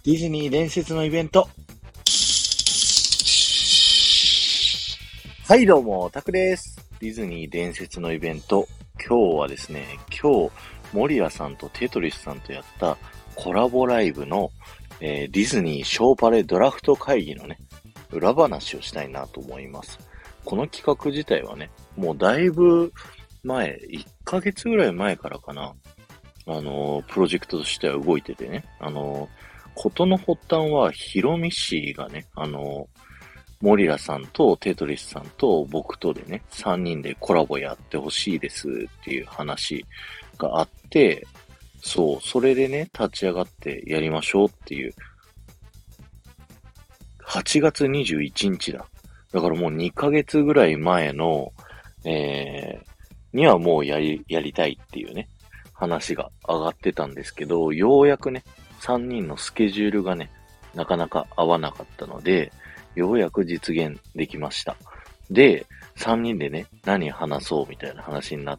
ディズニー伝説のイベント。はいどうも、タクです。ディズニー伝説のイベント。今日はですね、森谷さんとテトリスさんとやったコラボライブの、ディズニーショーパレドラフト会議のね、裏話をしたいなと思います。この企画自体はね、もうだいぶ前、1ヶ月ぐらい前からかな。プロジェクトとしては動いててね。ことの発端は、ヒロミ氏がね、モリラさんとテトリスさんと僕とでね、3人でコラボやってほしいですっていう話があって、そう、それでね、立ち上がってやりましょうっていう、8月21日だ。だからもう2ヶ月ぐらい前の、にはもうやりたいっていうね、話が上がってたんですけど、ようやくね、3人のスケジュールがね、なかなか合わなかったので、ようやく実現できました。で、3人でね、何話そうみたいな話になって、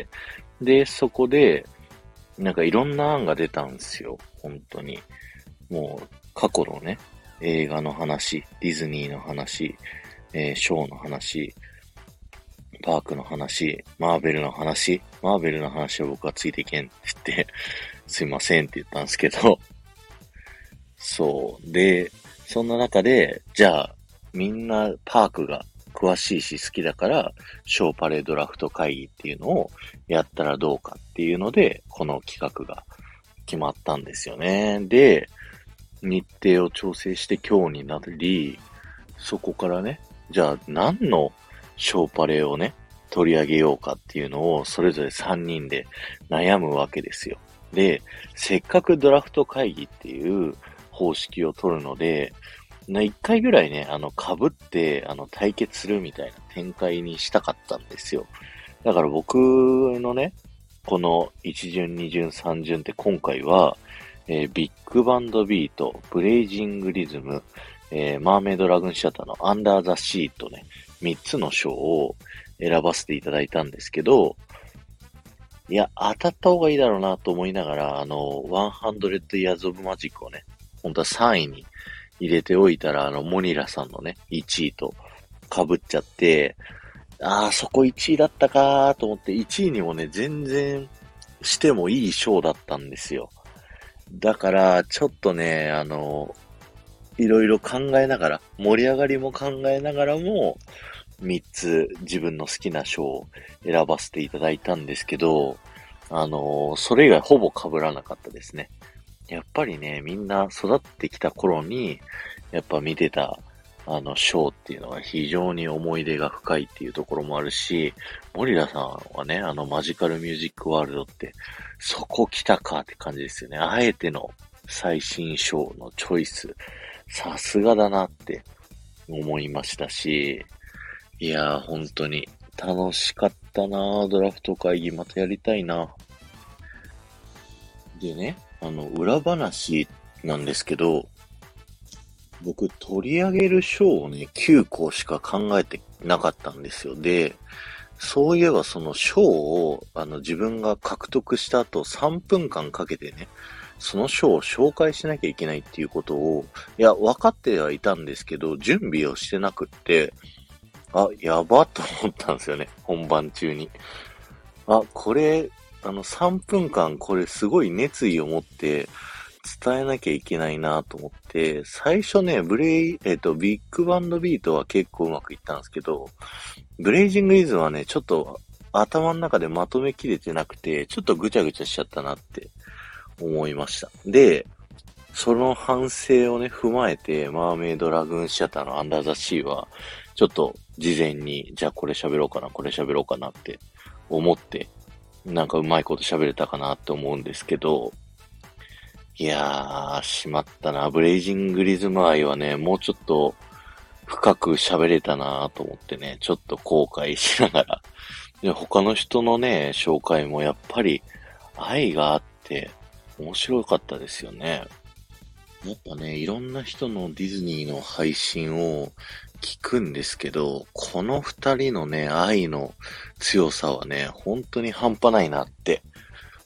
で、そこで、なんかいろんな案が出たんですよ。本当に。もう、過去のね、映画の話、ディズニーの話、ショーの話、パークの話、マーベルの話は僕はついていけんって言って、すいませんって言ったんですけど、そう。で、そんな中で、じゃあ、みんなパークが詳しいし好きだから、ショーパレドラフト会議っていうのをやったらどうかっていうので、この企画が決まったんですよね。で、日程を調整して今日になり、そこからね、じゃあ何のショーパレをね、取り上げようかっていうのをそれぞれ3人で悩むわけですよ。で、せっかくドラフト会議っていう方式を取るので、1回ぐらいね、被って、対決するみたいな展開にしたかったんですよ。だから僕のね、この1巡、2巡、3巡って今回は、ビッグバンドビート、ブレイジングリズム、マーメイドラグーンシャターのアンダーザシートね、3つの賞を選ばせていただいたんですけど、いや、当たった方がいいだろうなと思いながら、100 Years of Magic をね、本当は3位に入れておいたら、モニラさんのね、1位と被っちゃって、そこ1位だったかーと思って、1位にもね、全然してもいい賞だったんですよ。だから、ちょっとね、いろいろ考えながら、盛り上がりも考えながらも、3つ自分の好きな賞を選ばせていただいたんですけど、それ以外ほぼ被らなかったですね。やっぱりね、みんな育ってきた頃に、やっぱ見てた、ショーっていうのは非常に思い出が深いっていうところもあるし、森田さんはね、マジカルミュージックワールドって、そこ来たかって感じですよね。あえての最新ショーのチョイス、さすがだなって思いましたし、いやー、本当に楽しかったなー。ドラフト会議またやりたいな。でね、裏話なんですけど、僕取り上げる賞をね、9個しか考えてなかったんですよ。で、そういえばその賞を、自分が獲得した後3分間かけてね、その賞を紹介しなきゃいけないっていうことを、いや、分かってはいたんですけど、準備をしてなくって、やばと思ったんですよね、本番中に。これ、3分間これすごい熱意を持って伝えなきゃいけないなと思って、最初ね、ビッグバンドビートは結構うまくいったんですけど、ブレイジングイズはね、ちょっと頭の中でまとめきれてなくて、ちょっとぐちゃぐちゃしちゃったなって思いました。で、その反省をね、踏まえて、マーメイドラグーンシャターのアンダーザシーは、ちょっと事前に、じゃあこれ喋ろうかな、これ喋ろうかなって思って、なんかうまいこと喋れたかなって思うんですけど、いやー、しまったな。ブレイジングリズム愛はね、もうちょっと深く喋れたなと思ってね、ちょっと後悔しながら。で、他の人のね、紹介もやっぱり愛があって面白かったですよね。やっぱね、いろんな人のディズニーの配信を聞くんですけど、この二人のね、愛の強さはね、本当に半端ないなって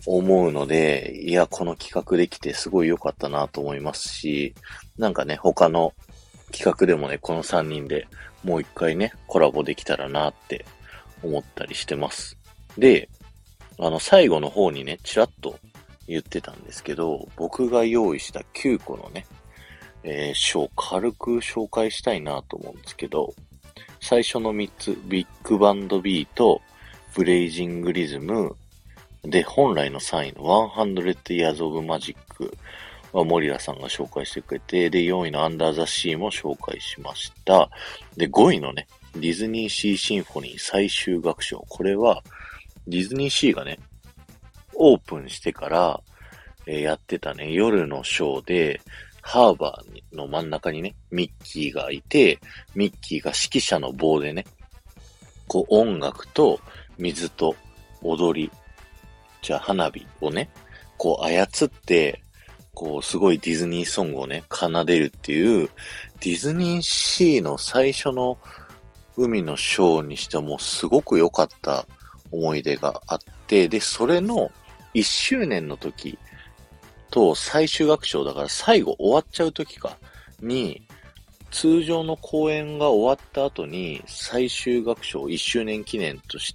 思うので、いや、この企画できてすごい良かったなと思いますし、なんかね、他の企画でもね、この3人でもう一回ね、コラボできたらなって思ったりしてます。で、最後の方にね、ちらっと言ってたんですけど、僕が用意した9個のね、章軽く紹介したいなと思うんですけど、最初の3つ、ビッグバンド B とブレイジングリズムで、本来の3位の100 Years of Magic は森田さんが紹介してくれて、で、4位のアンダーザシーも紹介しました。で、5位のね、ディズニーシーシンフォニー最終楽章。これは、ディズニーシーがね、オープンしてから、やってたね、夜のショーで、ハーバーの真ん中にね、ミッキーがいて、ミッキーが指揮者の棒でね、こう音楽と水と踊り、じゃあ花火をね、こう操って、こうすごいディズニーソングをね、奏でるっていう、ディズニーシーの最初の海のショーにしてもすごく良かった思い出があって、で、それの1周年の時と最終楽章だから最後終わっちゃう時かに、通常の公演が終わった後に最終楽章1周年記念として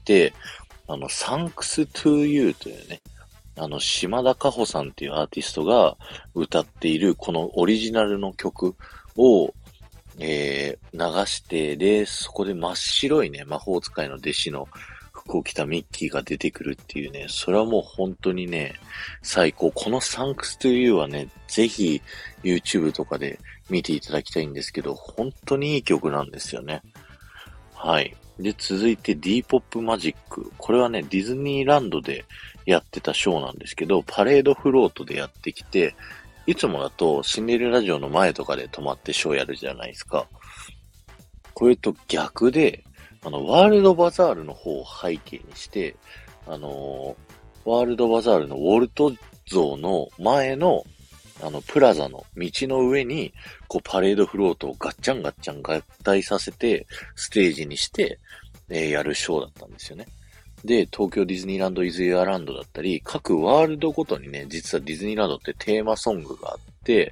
、Thanks to You というね、島田加穂さんっていうアーティストが歌っているこのオリジナルの曲を、流して、で、そこで真っ白いね、魔法使いの弟子の服を着たミッキーが出てくるっていうね、それはもう本当にね、最高。この Thanks to You はね、ぜひ YouTube とかで見ていただきたいんですけど、本当にいい曲なんですよね。はい。で、続いて D-POP マジック。これはね、ディズニーランドでやってたショーなんですけど、パレードフロートでやってきて、いつもだとシンデレラ城の前とかで泊まってショーやるじゃないですか。これと逆で、ワールドバザールの方を背景にして、ワールドバザールのウォルト像の前の、プラザの道の上に、こう、パレードフロートをガッチャンガッチャン合体させて、ステージにして、やるショーだったんですよね。で、東京ディズニーランドイズエアランドだったり、各ワールドごとにね、実はディズニーランドってテーマソングがあって、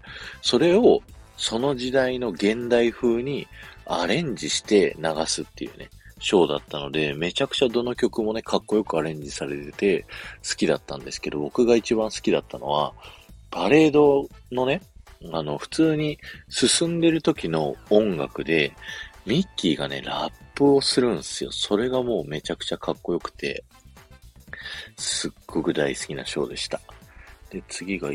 それをその時代の現代風にアレンジして流すっていうね、ショーだったので、めちゃくちゃどの曲もね、かっこよくアレンジされてて好きだったんですけど、僕が一番好きだったのは、パレードのね、普通に進んでる時の音楽で、ミッキーがね、ラップをするんですよ。それがもうめちゃくちゃかっこよくて、すっごく大好きなショーでした。で、次が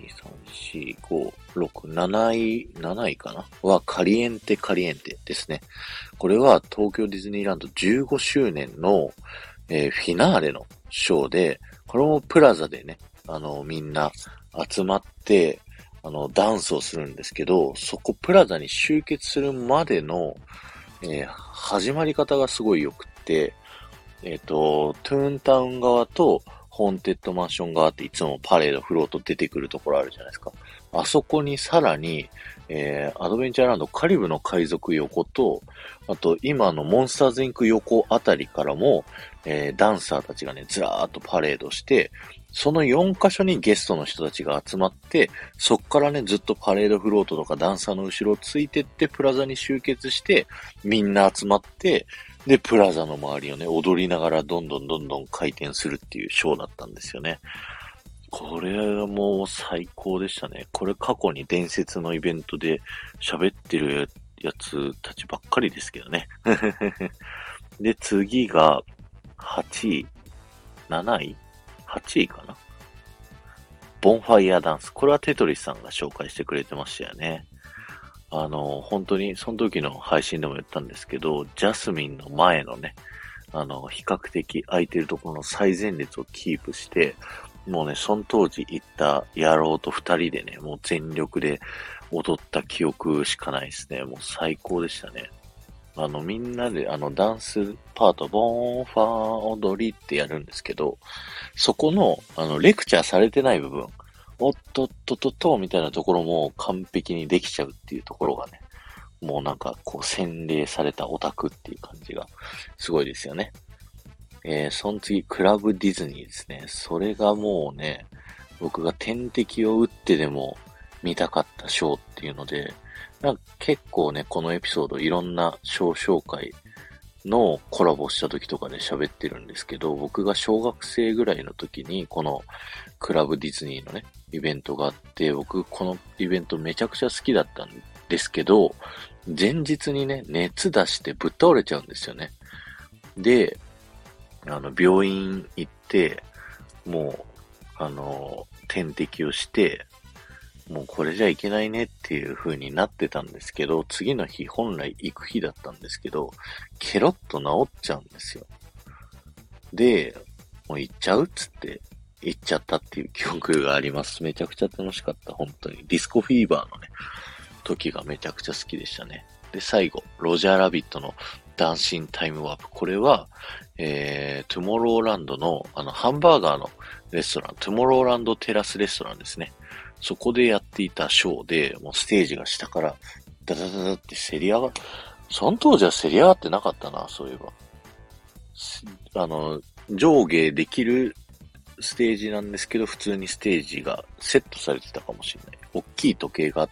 1、2、3、4、5、6、7位かなは、カリエンテカリエンテですね。これは東京ディズニーランド15周年の、フィナーレのショーで、これもプラザでね、みんな集まって、ダンスをするんですけど、そこプラザに集結するまでの、始まり方がすごい良くって、トゥーンタウン側とホーンテッドマンション側っていつもパレードフロート出てくるところあるじゃないですか。あそこにさらに、アドベンチャーランドカリブの海賊横と、あと今のモンスターズインク横あたりからも、ダンサーたちがね、ずらーっとパレードして、その4カ所にゲストの人たちが集まって、そっからね、ずっとパレードフロートとかダンサーの後ろをついてってプラザに集結して、みんな集まって、で、プラザの周りをね、踊りながらどんどんどんどん回転するっていうショーだったんですよね。これはもう最高でしたね。これ過去に伝説のイベントで喋ってるやつたちばっかりですけどね。で、次が8位、7位 ?8 位かな、ボンファイヤーダンス。これはテトリスさんが紹介してくれてましたよね。本当に、その時の配信でも言ったんですけど、ジャスミンの前のね、比較的空いてるところの最前列をキープして、もうね、その当時行った野郎と二人でね、もう全力で踊った記憶しかないですね。もう最高でしたね。みんなでダンスパート、ボーンファー踊りってやるんですけど、そこの、レクチャーされてない部分、おっとっとっとっとみたいなところも完璧にできちゃうっていうところがね、もうなんかこう洗礼されたオタクっていう感じがすごいですよね。 その次、クラブディズニーですね。それがもうね、僕が点滴を打ってでも見たかったショーっていうので、なんか結構ね、このエピソードいろんなショー紹介のコラボした時とかで喋ってるんですけど、僕が小学生ぐらいの時にこのクラブディズニーのね、イベントがあって、僕このイベントめちゃくちゃ好きだったんですけど、前日にね、熱出してぶっ倒れちゃうんですよね。で、病院行って、もう、点滴をして、もうこれじゃいけないねっていう風になってたんですけど、次の日本来行く日だったんですけど、ケロッと治っちゃうんですよ。で、もう行っちゃうっつって行っちゃったっていう記憶があります。めちゃくちゃ楽しかった、本当に。ディスコフィーバーのね、時がめちゃくちゃ好きでしたね。で、最後、ロジャーラビットのダンシンタイムワープ。これは、トゥモローランドの、ハンバーガーのレストラン、トゥモローランドテラスレストランですね。そこでやっていたショーで、もうステージが下からダダダダってせり上がっ、その当時はせり上がってなかったな、そういえば。上下できるステージなんですけど、普通にステージがセットされてたかもしれない。大きい時計があって、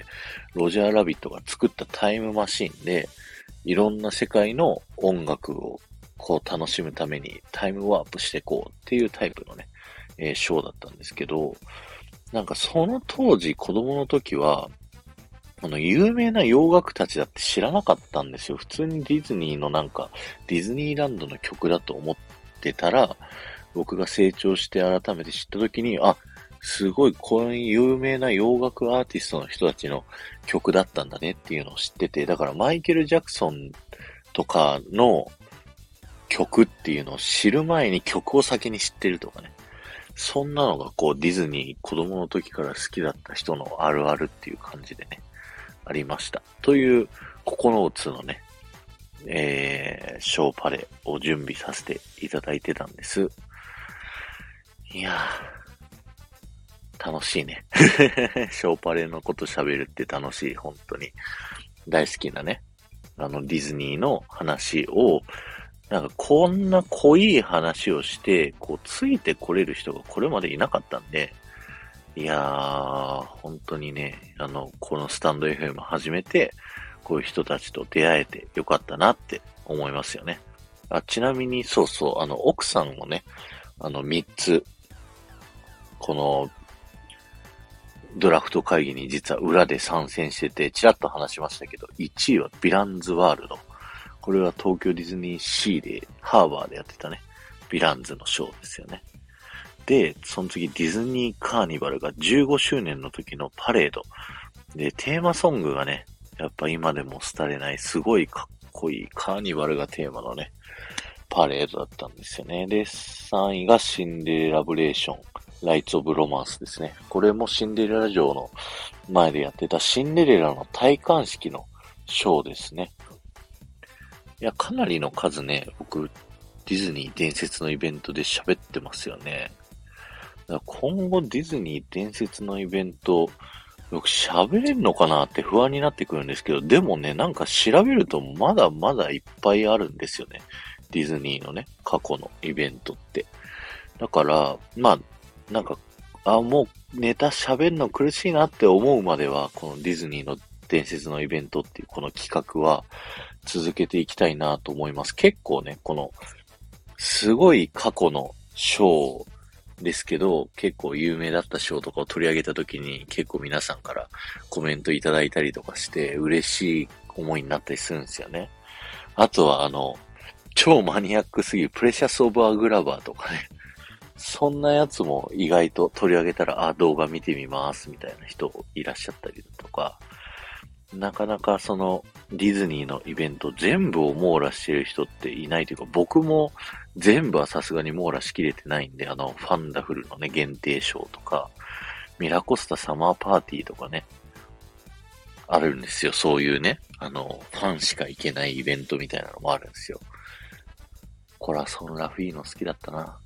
ロジャーラビットが作ったタイムマシンで、いろんな世界の音楽をこう楽しむためにタイムワープしていこうっていうタイプのね、ショーだったんですけど、なんかその当時子供の時は、有名な洋楽たちだって知らなかったんですよ。普通にディズニーのなんか、ディズニーランドの曲だと思ってたら、僕が成長して改めて知った時に、あ、すごいこういう有名な洋楽アーティストの人たちの曲だったんだねっていうのを知ってて、だからマイケル・ジャクソンとかの曲っていうのを知る前に曲を先に知ってるとかね。そんなのがこうディズニー子供の時から好きだった人のあるあるっていう感じでね、ありました。という9つのね、ショーパレを準備させていただいてたんです。いやー、楽しいね。ショーパレのこと喋るって楽しい、本当に。大好きなね、ディズニーの話を、なんかこんな濃い話をして、こう、ついてこれる人がこれまでいなかったんで、いやー、本当にね、このスタンド FM 始めて、こういう人たちと出会えてよかったなって思いますよね。あ、ちなみに、そうそう、奥さんもね、3つ、この、ドラフト会議に実は裏で参戦してて、ちらっと話しましたけど、1位はヴィランズワールド。これは東京ディズニーシーで、ハーバーでやってたね、ヴィランズのショーですよね。で、その次ディズニーカーニバルが15周年の時のパレード。で、テーマソングがね、やっぱ今でも廃れない、すごいかっこいいカーニバルがテーマのね、パレードだったんですよね。で、3位がシンデレラブレーション、ライツオブロマンスですね。これもシンデレラ城の前でやってたシンデレラの戴冠式のショーですね。いや、かなりの数ね、僕、ディズニー伝説のイベントで喋ってますよね。だから今後ディズニー伝説のイベント、よく喋れるのかなって不安になってくるんですけど、でもね、なんか調べるとまだまだいっぱいあるんですよね。ディズニーのね、過去のイベントって。だから、まあ、なんか、もうネタ喋るの苦しいなって思うまでは、このディズニーの伝説のイベントっていうこの企画は続けていきたいなと思います。結構ね、この、すごい過去のショーですけど、結構有名だったショーとかを取り上げたときに結構皆さんからコメントいただいたりとかして嬉しい思いになったりするんですよね。あとは超マニアックすぎるプレシャスオブアグラバーとかね。そんなやつも意外と取り上げたら、動画見てみますみたいな人いらっしゃったりだとか、なかなかそのディズニーのイベント全部を網羅してる人っていないというか、僕も全部はさすがに網羅しきれてないんで、ファンダフルのね、限定ショーとか、ミラコスタサマーパーティーとかね、あるんですよ。そういうね、ファンしか行けないイベントみたいなのもあるんですよ。コラソン・ラフィーノ好きだったな。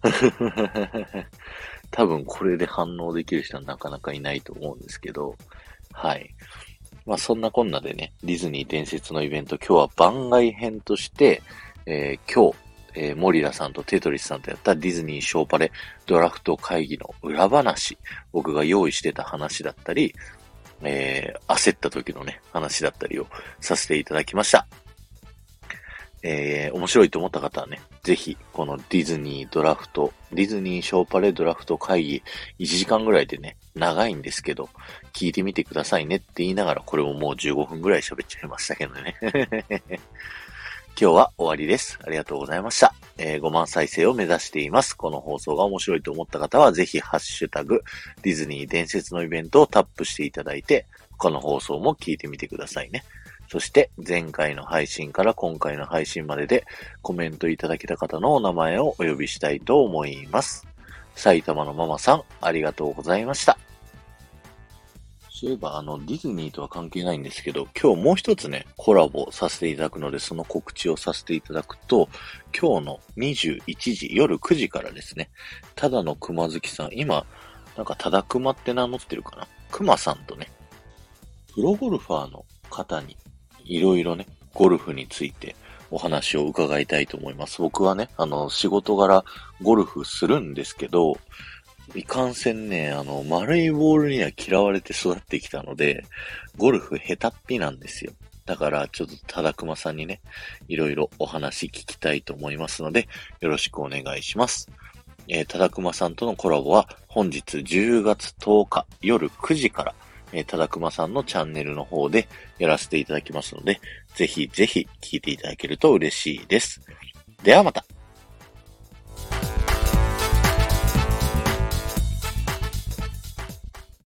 多分これで反応できる人はなかなかいないと思うんですけど、はい。まあそんなこんなでね、ディズニー伝説のイベント、今日は番外編として、今日、 森田さんとテトリスさんとやったディズニーショーパレドラフト会議の裏話、僕が用意してた話だったり、焦った時のね、話だったりをさせていただきました。面白いと思った方はね、ぜひ、このディズニーショーパレドラフト会議、1時間ぐらいでね、長いんですけど、聞いてみてくださいねって言いながら、これももう15分ぐらい喋っちゃいましたけどね。今日は終わりです。ありがとうございました。5万再生を目指しています。この放送が面白いと思った方は、ぜひ、ハッシュタグ、ディズニー伝説のイベントをタップしていただいて、他の放送も聞いてみてくださいね。そして、前回の配信から今回の配信まででコメントいただけた方のお名前をお呼びしたいと思います。埼玉のママさん、ありがとうございました。そういえば、ディズニーとは関係ないんですけど、今日もう一つね、コラボさせていただくので、その告知をさせていただくと、今日の21時、夜9時からですね、ただの熊好きさん、今、なんかただ熊って名乗ってるかな、熊さんとね、プロゴルファーの方に、いろいろね、ゴルフについてお話を伺いたいと思います。僕はね、仕事柄ゴルフするんですけど、いかんせんね、丸いボールには嫌われて育ってきたので、ゴルフ下手っぴなんですよ。だから、ちょっとただくまさんにね、いろいろお話聞きたいと思いますので、よろしくお願いします。ただくまさんとのコラボは、本日10月10日夜9時から、ただくまさんのチャンネルの方でやらせていただきますので、ぜひぜひ聞いていただけると嬉しいです。ではまた。